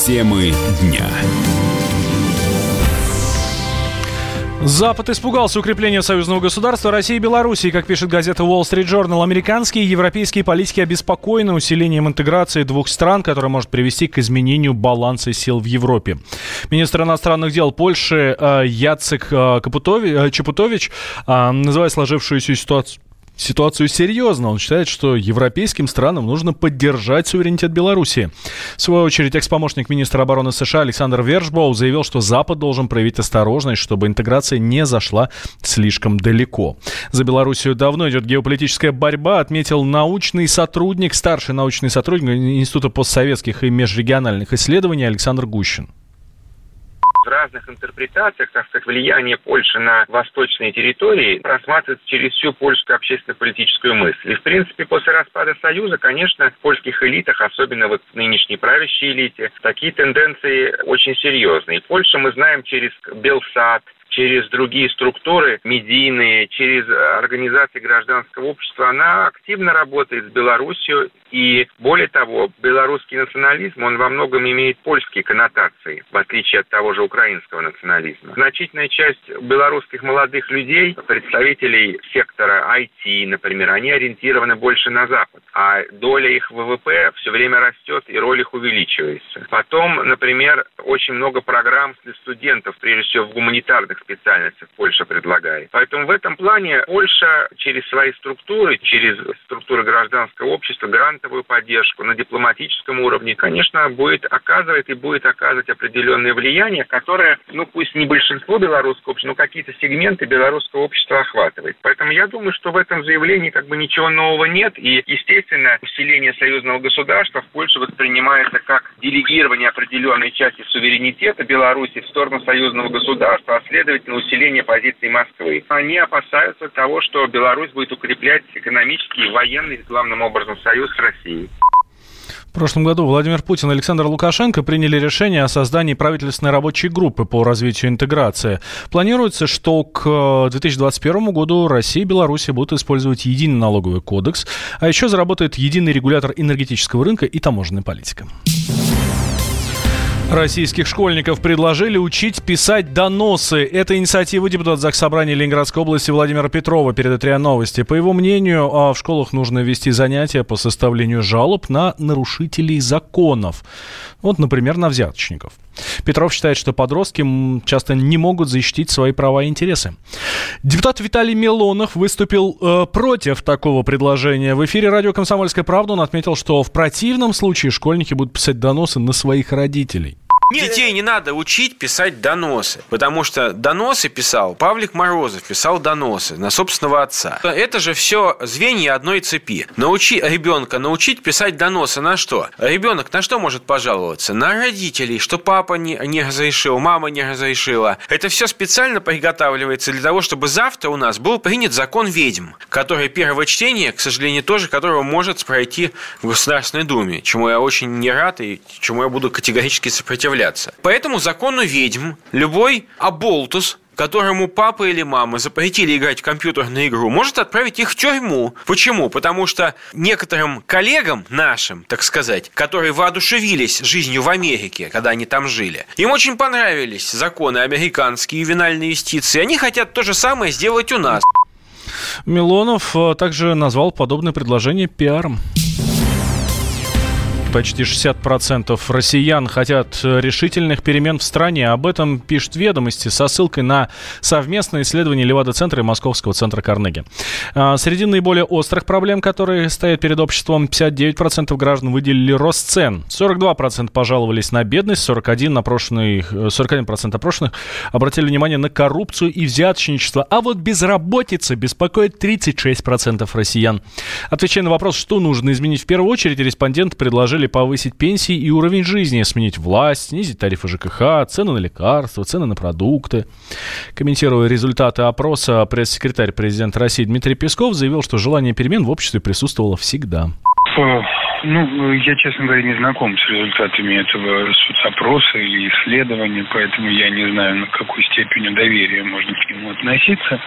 Темы дня. Запад испугался укрепления союзного государства России и Белоруссии. Как пишет газета Wall Street Journal, американские и европейские политики обеспокоены усилением интеграции двух стран, которое может привести к изменению баланса сил в Европе. Министр иностранных дел Польши Яцек Чепутович называет сложившуюся ситуацию серьезно. Он считает, что европейским странам нужно поддержать суверенитет Белоруссии. В свою очередь, экс-помощник министра обороны США Александр Вершбоу заявил, что Запад должен проявить осторожность, чтобы интеграция не зашла слишком далеко. За Белоруссию давно идет геополитическая борьба, отметил старший научный сотрудник Института постсоветских и межрегиональных исследований Александр Гущин. В разных интерпретациях, так сказать, влияние Польши на восточные территории рассматривается через всю польскую общественно-политическую мысль. И, в принципе, после распада Союза, конечно, в польских элитах, особенно вот в нынешней правящей элите, такие тенденции очень серьезные. И Польшу мы знаем через Белсат, через другие структуры медийные, через организации гражданского общества, она активно работает с Белоруссией. И более того, белорусский национализм, он во многом имеет польские коннотации, в отличие от того же украинского национализма. Значительная часть белорусских молодых людей, представителей сектора IT, например, они ориентированы больше на Запад. А доля их ВВП все время растет, и роль их увеличивается. Потом, например, очень много программ для студентов, прежде всего в гуманитарных специальностях Польша предлагает. Поэтому в этом плане Польша через свои структуры, через структуры гражданского общества, грантовую поддержку на дипломатическом уровне, конечно, будет оказывать определенное влияние, которое, пусть не большинство белорусского общества, но какие-то сегменты белорусского общества охватывает. Поэтому я думаю, что в этом заявлении ничего нового нет. И, естественно, усиление союзного государства в Польше воспринимается как делегирование определенной части суверенитета Беларуси в сторону союзного государства, а следовательно, усиление позиций Москвы. Они опасаются того, что Беларусь будет укреплять экономический и военный, главным образом, союз с Россией. В прошлом году Владимир Путин и Александр Лукашенко приняли решение о создании правительственной рабочей группы по развитию интеграции. Планируется, что к 2021 году Россия и Белоруссия будут использовать единый налоговый кодекс, а еще заработает единый регулятор энергетического рынка и таможенная политика. Российских школьников предложили учить писать доносы. Это инициатива депутата Заксобрания Ленинградской области Владимира Петрова передает РИА Новости. По его мнению, в школах нужно вести занятия по составлению жалоб на нарушителей законов. Вот, например, на взяточников. Петров считает, что подростки часто не могут защитить свои права и интересы. Депутат Виталий Милонов выступил против такого предложения. В эфире радио «Комсомольская правда» он отметил, что в противном случае школьники будут писать доносы на своих родителей. Детей не надо учить писать доносы, потому что доносы писал Павлик Морозов, писал доносы на собственного отца. Это же все звенья одной цепи. Научить писать доносы на что? Ребенок на что может пожаловаться? На родителей, что папа не разрешил, мама не разрешила. Это все специально приготавливается для того, чтобы завтра у нас был принят закон ведьм, который первое чтение, к сожалению, тоже которого может пройти в Государственной Думе, чему я очень не рад и чему я буду категорически сопротивляться. Поэтому закону ведьм любой оболтус, которому папа или мама запретили играть в компьютерную игру, может отправить их в тюрьму. Почему? Потому что некоторым коллегам нашим, так сказать, которые воодушевились жизнью в Америке, когда они там жили, им очень понравились законы американские, ювенальной юстиции. Они хотят то же самое сделать у нас. Милонов также назвал подобное предложение пиаром. Почти 60% россиян хотят решительных перемен в стране.Об этом пишут «Ведомости» со ссылкой на совместное исследование Левада-центра и Московского центра Карнеги. Среди наиболее острых проблем, которые стоят перед обществом, 59% граждан выделили рост цен, 42% пожаловались на бедность, 41% опрошенных обратили внимание на коррупцию и взяточничество. А вот безработица беспокоит 36% россиян. Отвечая на вопрос, что нужно изменить в первую очередь, респонденты предложили повысить пенсии и уровень жизни, сменить власть, снизить тарифы ЖКХ, цены на лекарства, цены на продукты. Комментируя результаты опроса, пресс-секретарь президента России Дмитрий Песков заявил, что желание перемен в обществе присутствовало всегда. Я, честно говоря, не знаком с результатами этого соцопроса или исследования, поэтому я не знаю, на какой степени доверия можно к нему относиться.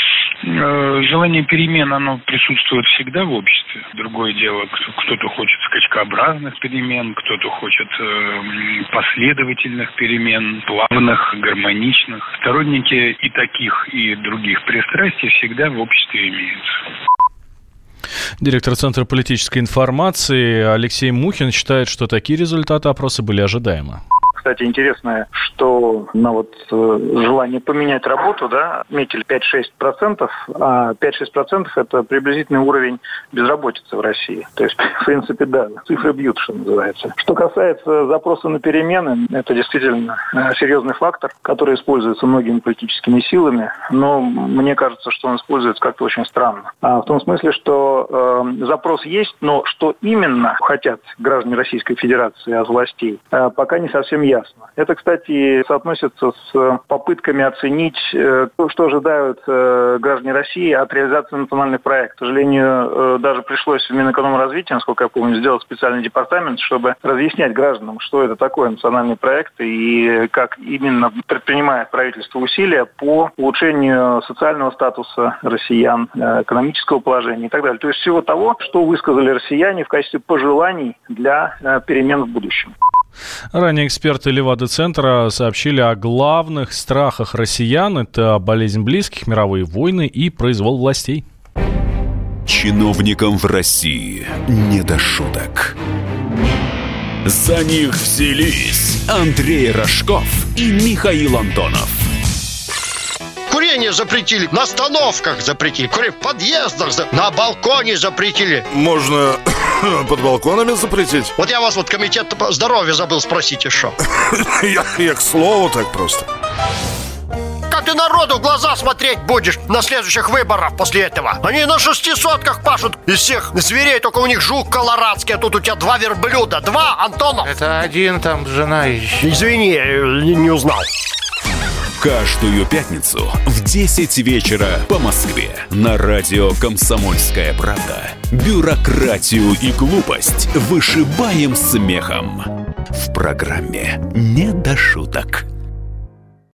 Желание перемен, оно присутствует всегда в обществе. Другое дело, кто-то хочет скачкообразных перемен, кто-то хочет последовательных перемен, плавных, гармоничных. Сторонники и таких, и других пристрастий всегда в обществе имеются. Директор Центра политической информации Алексей Мухин считает, что такие результаты опроса были ожидаемы. Кстати, интересно, что на желание поменять работу, отметили 5-6%, а 5-6% это приблизительный уровень безработицы в России. То есть, в принципе, цифры бьют, что называется. Что касается запроса на перемены, это действительно серьезный фактор, который используется многими политическими силами, но мне кажется, что он используется как-то очень странно. В том смысле, что запрос есть, но что именно хотят граждане Российской Федерации от властей, пока не совсем ясно. Это, кстати, соотносится с попытками оценить, что ожидают граждане России от реализации национальных проектов. К сожалению, даже пришлось в Минэкономразвития, насколько я помню, сделать специальный департамент, чтобы разъяснять гражданам, что это такое национальный проект и как именно предпринимает правительство усилия по улучшению социального статуса россиян, экономического положения и так далее. То есть всего того, что высказали россияне в качестве пожеланий для перемен в будущем. Ранее эксперты Левада-центра сообщили о главных страхах россиян. Это болезнь близких, мировые войны и произвол властей. Чиновникам в России не до шуток. За них взялись Андрей Рожков и Михаил Антонов. Курение запретили, на остановках запретили, курение в подъездах, на балконе запретили. Можно под балконами запретить? Вот я вас комитет здоровья забыл спросить еще. Я к слову так просто. Как ты народу в глаза смотреть будешь на следующих выборах после этого? Они на 600-ках пашут из всех зверей, только у них жук колорадский, а тут у тебя 2 верблюда. 2, Антонов. Это один там жена еще. Извини, не узнал. Каждую пятницу в 10 вечера по Москве на радио «Комсомольская правда». Бюрократию и глупость вышибаем смехом. В программе «Не до шуток».